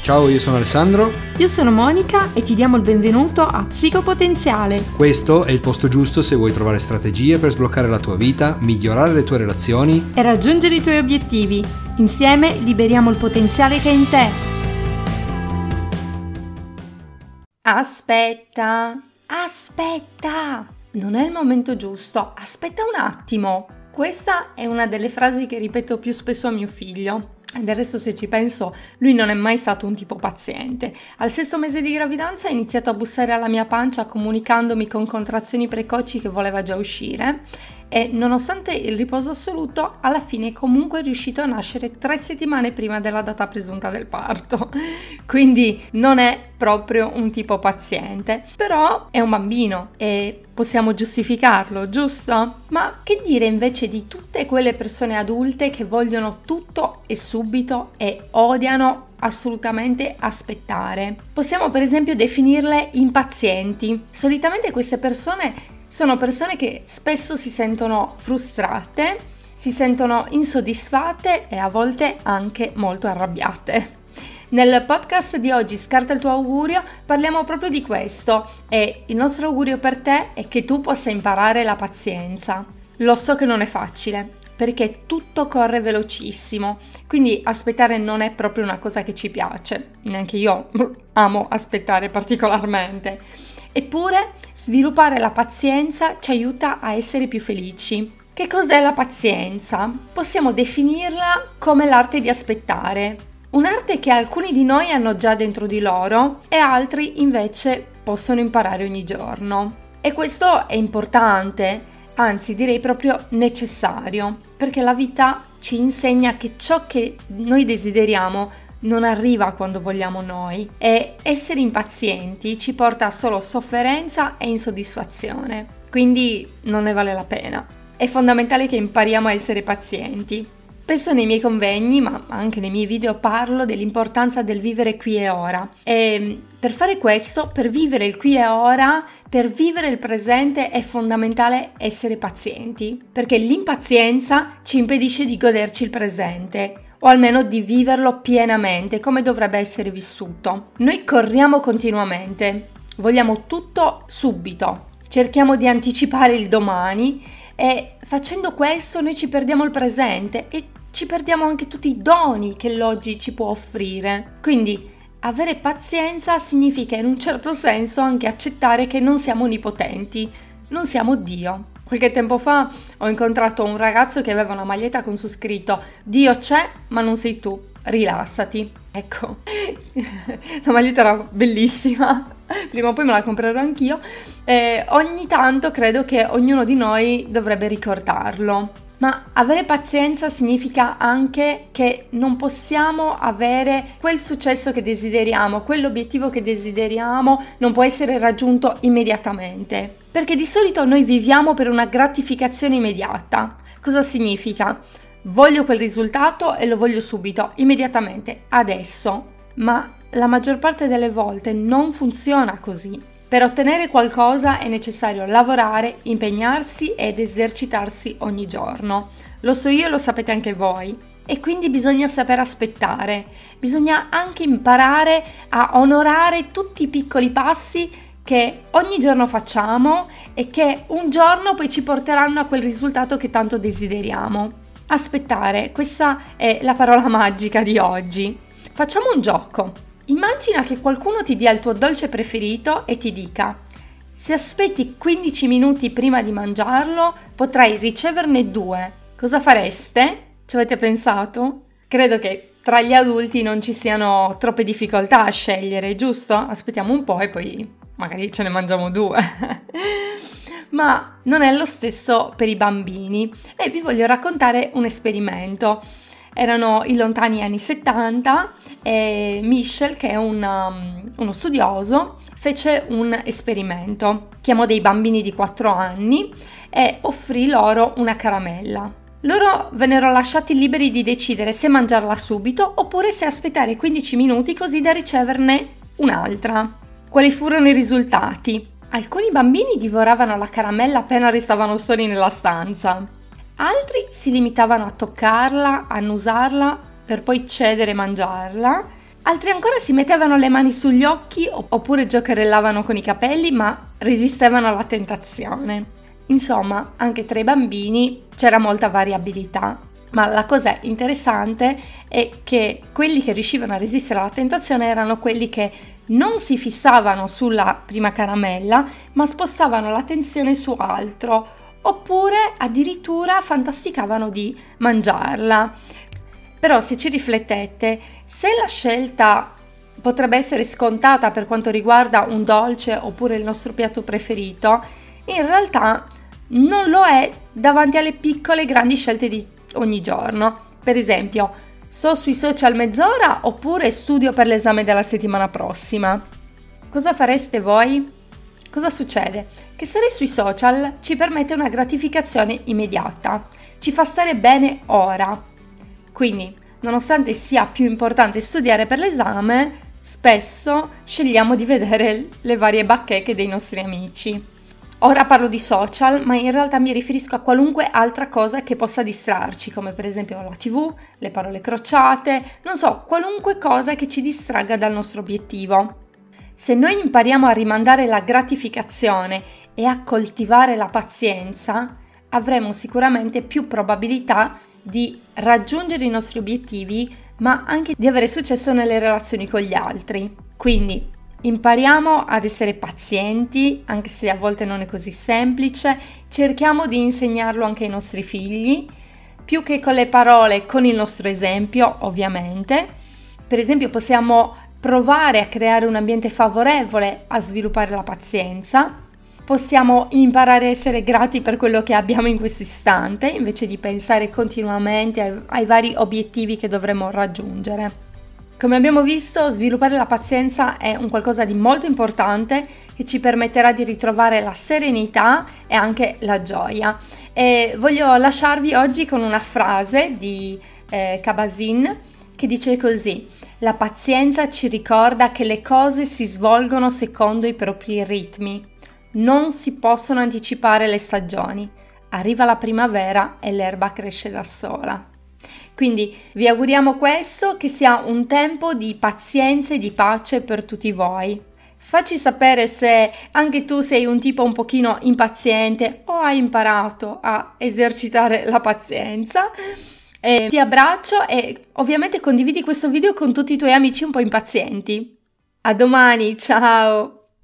Ciao, io sono Alessandro. Io sono Monica e ti diamo il benvenuto a Psicopotenziale. Questo è il posto giusto se vuoi trovare strategie per sbloccare la tua vita, migliorare le tue relazioni e raggiungere i tuoi obiettivi. Insieme liberiamo il potenziale che è in te. Aspetta, non è il momento giusto, aspetta un attimo. Questa è una delle frasi che ripeto più spesso a mio figlio. Del resto, se ci penso, lui non è mai stato un tipo paziente. Al 6° mese di gravidanza ha iniziato a bussare alla mia pancia comunicandomi con contrazioni precoci che voleva già uscire e, nonostante il riposo assoluto, alla fine comunque è riuscito a nascere 3 settimane prima della data presunta del parto. Quindi non è proprio un tipo paziente, però è un bambino e possiamo giustificarlo, giusto? Ma che dire invece di tutte quelle persone adulte che vogliono tutto e subito e odiano assolutamente aspettare? Possiamo per esempio definirle impazienti. Solitamente queste persone sono persone che spesso si sentono frustrate, si sentono insoddisfatte e a volte anche molto arrabbiate. Nel podcast di oggi Scarta il tuo augurio parliamo proprio di questo e il nostro augurio per te è che tu possa imparare la pazienza. Lo so che non è facile perché tutto corre velocissimo, quindi aspettare non è proprio una cosa che ci piace, neanche io amo aspettare particolarmente. Eppure sviluppare la pazienza ci aiuta a essere più felici. Che cos'è la pazienza? Possiamo definirla come l'arte di aspettare. Un'arte che alcuni di noi hanno già dentro di loro e altri invece possono imparare ogni giorno. E questo è importante, anzi direi proprio necessario, perché la vita ci insegna che ciò che noi desideriamo non arriva quando vogliamo noi e essere impazienti ci porta solo sofferenza e insoddisfazione, quindi non ne vale la pena. È fondamentale che impariamo a essere pazienti. Spesso nei miei convegni, ma anche nei miei video, parlo dell'importanza del vivere qui e ora. E per fare questo, per vivere il qui e ora, per vivere il presente, è fondamentale essere pazienti, perché l'impazienza ci impedisce di goderci il presente, o almeno di viverlo pienamente, come dovrebbe essere vissuto. Noi corriamo continuamente, vogliamo tutto subito, cerchiamo di anticipare il domani e facendo questo noi ci perdiamo il presente e ci perdiamo anche tutti i doni che l'oggi ci può offrire. Quindi avere pazienza significa in un certo senso anche accettare che non siamo onnipotenti, non siamo Dio. Qualche tempo fa ho incontrato un ragazzo che aveva una maglietta con su scritto "Dio c'è, ma non sei tu, rilassati". Ecco, la maglietta era bellissima, prima o poi me la comprerò anch'io e ogni tanto credo che ognuno di noi dovrebbe ricordarlo. Ma avere pazienza significa anche che non possiamo avere quel successo che desideriamo, quell'obiettivo che desideriamo non può essere raggiunto immediatamente, perché di solito noi viviamo per una gratificazione immediata. Cosa significa? Voglio quel risultato e lo voglio subito, immediatamente, adesso. Ma la maggior parte delle volte non funziona così. Per ottenere qualcosa è necessario lavorare, impegnarsi ed esercitarsi ogni giorno. Lo so io, lo sapete anche voi. E quindi bisogna saper aspettare. Bisogna anche imparare a onorare tutti i piccoli passi che ogni giorno facciamo e che un giorno poi ci porteranno a quel risultato che tanto desideriamo. Aspettare, questa è la parola magica di oggi. Facciamo un gioco. Immagina che qualcuno ti dia il tuo dolce preferito e ti dica: se aspetti 15 minuti prima di mangiarlo, potrai riceverne 2. Cosa fareste? Ci avete pensato? Credo che tra gli adulti non ci siano troppe difficoltà a scegliere, giusto? Aspettiamo un po' e poi magari ce ne mangiamo 2. Ma non è lo stesso per i bambini e vi voglio raccontare un esperimento. Erano i lontani anni 70 e Michel, che è uno studioso, fece un esperimento. Chiamò dei bambini di 4 anni e offrì loro una caramella. Loro vennero lasciati liberi di decidere se mangiarla subito oppure se aspettare 15 minuti così da riceverne un'altra. Quali furono i risultati? Alcuni bambini divoravano la caramella appena restavano soli nella stanza. Altri si limitavano a toccarla, a annusarla per poi cedere e mangiarla Altri ancora si mettevano le mani sugli occhi oppure giocherellavano con i capelli, ma resistevano alla tentazione. Insomma, anche tra i bambini c'era molta variabilità, ma la cosa interessante è che quelli che riuscivano a resistere alla tentazione erano quelli che non si fissavano sulla prima caramella, ma spostavano l'attenzione su altro, oppure addirittura fantasticavano di mangiarla. Però se ci riflettete, se la scelta potrebbe essere scontata per quanto riguarda un dolce oppure il nostro piatto preferito, in realtà non lo è davanti alle piccole e grandi scelte di ogni giorno. Per esempio, sto sui social mezz'ora oppure studio per l'esame della settimana prossima? Cosa fareste voi? Cosa succede? Che stare sui social ci permette una gratificazione immediata, ci fa stare bene ora. Quindi, nonostante sia più importante studiare per l'esame, spesso scegliamo di vedere le varie bacheche dei nostri amici. Ora parlo di social, ma in realtà mi riferisco a qualunque altra cosa che possa distrarci, come per esempio la TV, le parole crociate, non so, qualunque cosa che ci distragga dal nostro obiettivo. Se noi impariamo a rimandare la gratificazione e a coltivare la pazienza, avremo sicuramente più probabilità di raggiungere i nostri obiettivi, ma anche di avere successo nelle relazioni con gli altri. Quindi impariamo ad essere pazienti, anche se a volte non è così semplice, cerchiamo di insegnarlo anche ai nostri figli, più che con le parole, con il nostro esempio, ovviamente. Per esempio, possiamo provare a creare un ambiente favorevole a sviluppare la pazienza. Possiamo imparare a essere grati per quello che abbiamo in questo istante, invece di pensare continuamente ai vari obiettivi che dovremo raggiungere. Come abbiamo visto, sviluppare la pazienza è un qualcosa di molto importante che ci permetterà di ritrovare la serenità e anche la gioia. E voglio lasciarvi oggi con una frase di Kabat-Zinn che dice così: la pazienza ci ricorda che le cose si svolgono secondo i propri ritmi. Non si possono anticipare le stagioni. Arriva la primavera e l'erba cresce da sola. Quindi vi auguriamo questo, che sia un tempo di pazienza e di pace per tutti voi. Facci sapere se anche tu sei un tipo un pochino impaziente o hai imparato a esercitare la pazienza. Ti abbraccio e ovviamente condividi questo video con tutti i tuoi amici un po' impazienti. A domani, ciao!